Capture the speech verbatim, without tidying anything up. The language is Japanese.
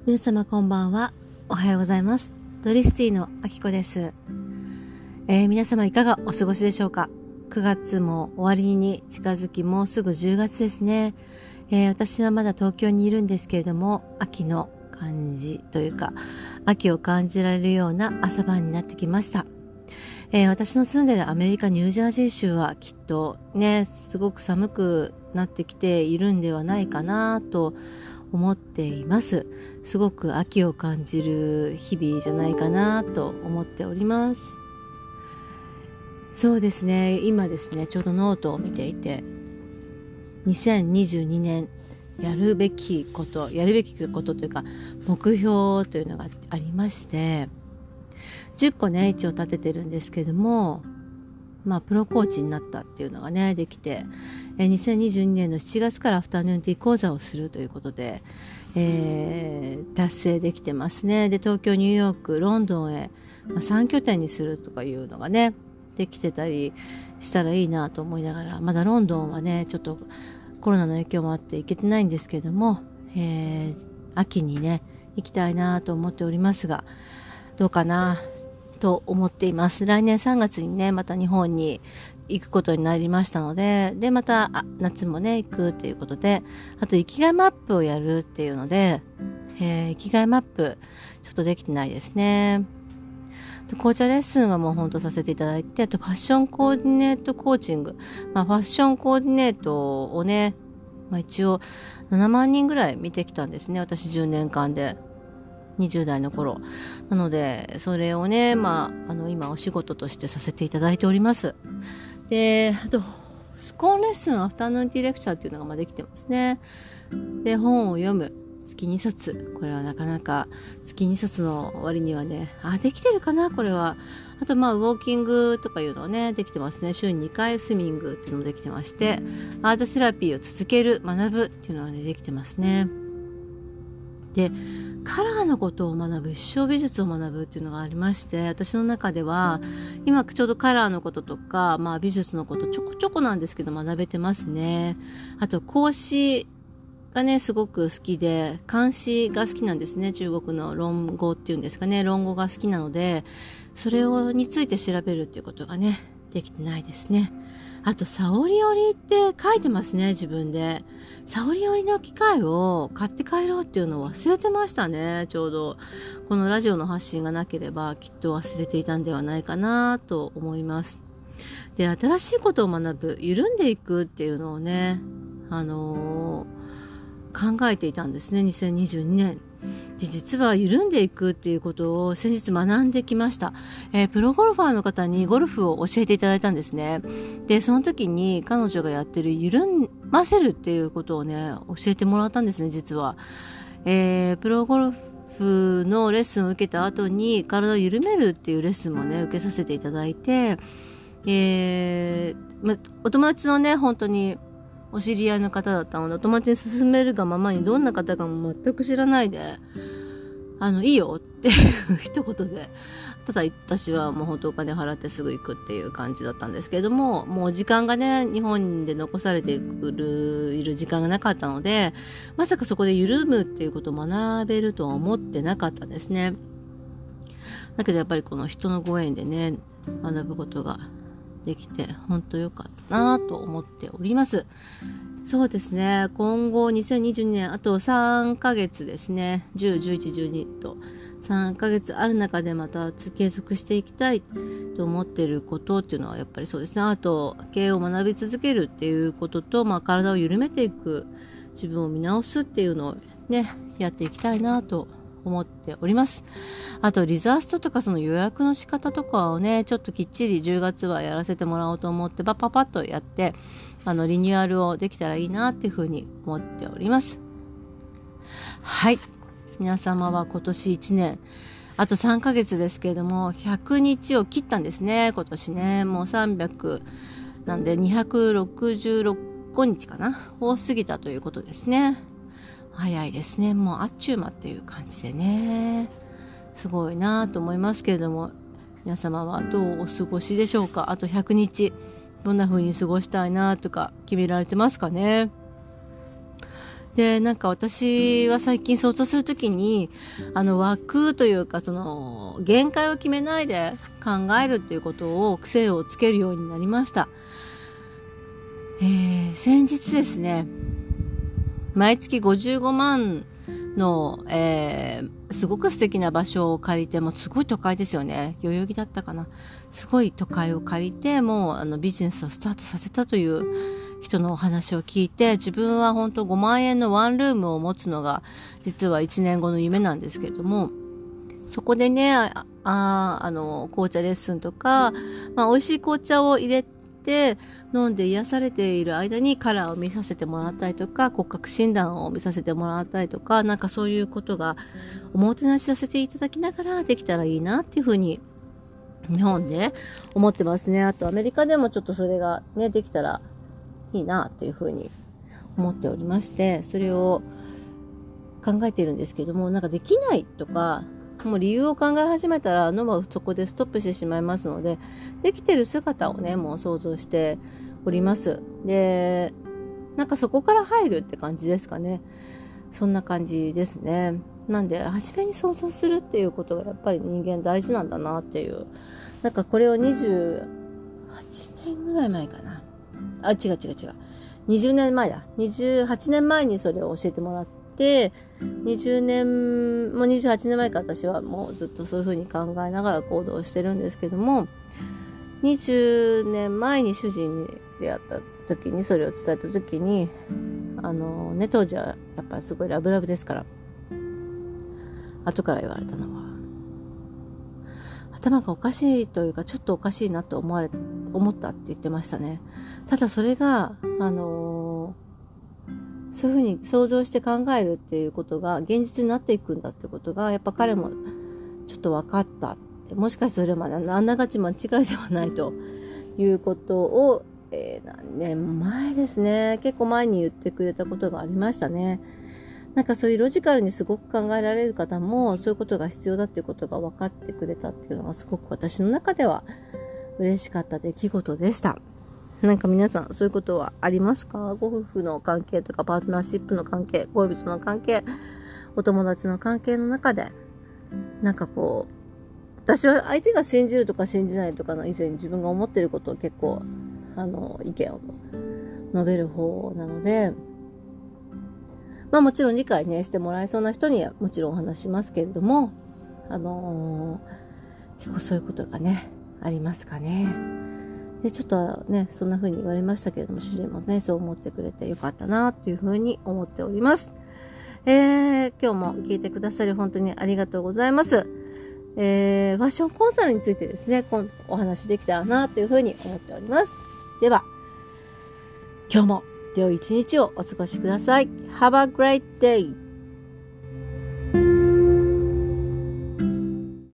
皆様こんばんは。おはようございます。ドリスティのあきこです、えー、皆様いかがお過ごしでしょうか。くがつも終わりに近づき、もうすぐじゅうがつですね、えー、私はまだ東京にいるんですけれども、秋の感じというか秋を感じられるような朝晩になってきました。えー、私の住んでいるアメリカニュージャージー州はきっとねすごく寒くなってきているんではないかなと思っています。すごく秋を感じる日々じゃないかなと思っております。そうですね、今ですねちょうどノートを見ていて、にせんにじゅうにねんやるべきことやるべきことというか目標というのがありまして、じゅっこね一応立ててるんですけども、まあプロコーチになったっていうのがねできて、えー、にせんにじゅうにねんのしちがつからアフタヌーンティー講座をするということで、えー、達成できてますね。で東京ニューヨークロンドンへ、まあ、さん拠点にするとかいうのがねできてたりしたらいいなと思いながら、まだロンドンはねちょっとコロナの影響もあって行けてないんですけども、えー、秋にね行きたいなと思っておりますが、どうかなと思っています。来年さんがつにねまた日本に行くことになりましたので、でまた夏もね行くっていうことで、あと生きがいマップをやるっていうので、えー、生きがいマップちょっとできてないですね。紅茶レッスンはもうほんとさせていただいて、あとファッションコーディネートコーチング、まあ、ファッションコーディネートをね、まあ、一応ななまんにんぐらい見てきたんですね、私じゅうねんかんで。にじゅうだいの頃なので、それをね、まあ、あの今お仕事としてさせていただいております。で、あとスコーンレッスンアフタヌーンティーレクチャーっていうのがまあできてますね。で、本を読む月にさつ、これはなかなか月にさつの割にはね、あ、できてるかなこれは。あとまあウォーキングとかいうのはねできてますね。週ににかいスイミングっていうのもできてまして、アートセラピーを続ける学ぶっていうのはねできてますね。でカラーのことを学ぶ、一生美術を学ぶっていうのがありまして、私の中では今ちょうどカラーのこととか、まあ、美術のことちょこちょこなんですけど学べてますね。あと孔子がねすごく好きで、漢詩が好きなんですね。中国の論語っていうんですかね、論語が好きなので、それをについて調べるっていうことがねできてないですね。あとサオリ織って書いてますね、自分で。サオリ織の機械を買って帰ろうっていうのを忘れてましたね。ちょうどこのラジオの発信がなければきっと忘れていたんではないかなと思います。で、新しいことを学ぶ、緩んでいくっていうのをね、あのー、考えていたんですね、にせんにじゅうにねんで。実は緩んでいくっていうことを先日学んできました、えー、プロゴルファーの方にゴルフを教えていただいたんですね。でその時に彼女がやってる緩ませるっていうことをね教えてもらったんですね。実は、えー、プロゴルフのレッスンを受けた後に体を緩めるっていうレッスンもね受けさせていただいて、えーま、お友達のね本当にお知り合いの方だったので、お友達に勧めるがままに、どんな方かも全く知らないで、あのいいよっていう一言で、ただ私はもう本当お金払ってすぐ行くっていう感じだったんですけれども、もう時間がね日本で残されてくるいる時間がなかったので、まさかそこで緩むっていうことを学べるとは思ってなかったですね。だけどやっぱりこの人のご縁でね学ぶことができて本当良かったなと思っております。そうですね、今後にせんにじゅうにねんあとさんかげつですね、じゅう、じゅういち、じゅうにとさんかげつある中でまた継続していきたいと思っていることっていうのはやっぱりそうですね、あと経営を学び続けるっていうことと、まあ、体を緩めていく、自分を見直すっていうのをねやっていきたいなと思っております。あとリザーストとかその予約の仕方とかをねちょっときっちりじゅうがつはやらせてもらおうと思って、パッパッパッとやってあのリニューアルをできたらいいなっていうふうに思っております。はい、皆様は今年いちねんあとさんかげつですけれどもひゃくにちを切ったんですね。今年ねもうさんびゃくなんでにひゃくろくじゅうろっにちかなを過ぎたということですね。早いですね、もうあっちゅう間っていう感じでねすごいなと思いますけれども、皆様はどうお過ごしでしょうか。あとひゃくにちどんな風に過ごしたいなとか決められてますかね。 で、なんか私は最近想像するときに、あの枠というか、その限界を決めないで考えるっていうことを癖をつけるようになりました。えー、先日ですね、毎月ごじゅうごまんの、えー、すごく素敵な場所を借りて、もうすごい都会ですよね。代々木だったかな。すごい都会を借りて、もうあのビジネスをスタートさせたという人のお話を聞いて、自分は本当ごまんえんのワンルームを持つのが実はいちねんごの夢なんですけれども、そこでね、あああの紅茶レッスンとか、まあ、美味しい紅茶を入れて飲んで癒されている間にカラーを見させてもらったりとか、骨格診断を見させてもらったりとか、なんかそういうことがおもてなしさせていただきながらできたらいいなっていうふうに日本で思ってますね。あとアメリカでもちょっとそれがねできたらいいなっていうふうに思っておりまして、それを考えているんですけども、なんかできないとかもう理由を考え始めたら脳はそこでストップしてしまいますので、できてる姿をねもう想像しております。で、なんかそこから入るって感じですかね。そんな感じですね。なんで初めに想像するっていうことがやっぱり人間大事なんだなっていう、なんかこれをにじゅうはちねんぐらい前かな、あ違う違う違うにじゅうねんまえだにじゅうはちねんまえにそれを教えてもらって、にじゅうねんもうにじゅうはちねんまえから私はもうずっとそういうふうに考えながら行動してるんですけども、にじゅうねんまえに主人に出会った時にそれを伝えた時に、あのね当時はやっぱりすごいラブラブですから、後から言われたのは頭がおかしいというかちょっとおかしいなと思われ思ったって言ってましたね。ただそれがあのー、そういうふうに想像して考えるっていうことが現実になっていくんだってことがやっぱ彼もちょっと分かったって、もしかしてそれまであんながち間違いではないということを、えー、何年前ですね、結構前に言ってくれたことがありましたね。なんかそういうロジカルにすごく考えられる方もそういうことが必要だっていうことが分かってくれたっていうのがすごく私の中では嬉しかった出来事でした。なんか皆さんそういうことはありますか？ご夫婦の関係とかパートナーシップの関係、恋人の関係、お友達の関係の中で、なんかこう私は相手が信じるとか信じないとかの以前に自分が思っていることを結構あの意見を述べる方なので、まあもちろん理解ねしてもらえそうな人にはもちろんお話しますけれども、あのー、結構そういうことがねありますかね。でちょっとねそんな風に言われましたけれども、主人もねそう思ってくれてよかったなという風に思っております。えー、今日も聞いてくださり本当にありがとうございます。えー、ファッションコンサルについてですね今度お話できたらなという風に思っております。では今日も良い一日をお過ごしください。Have a great day!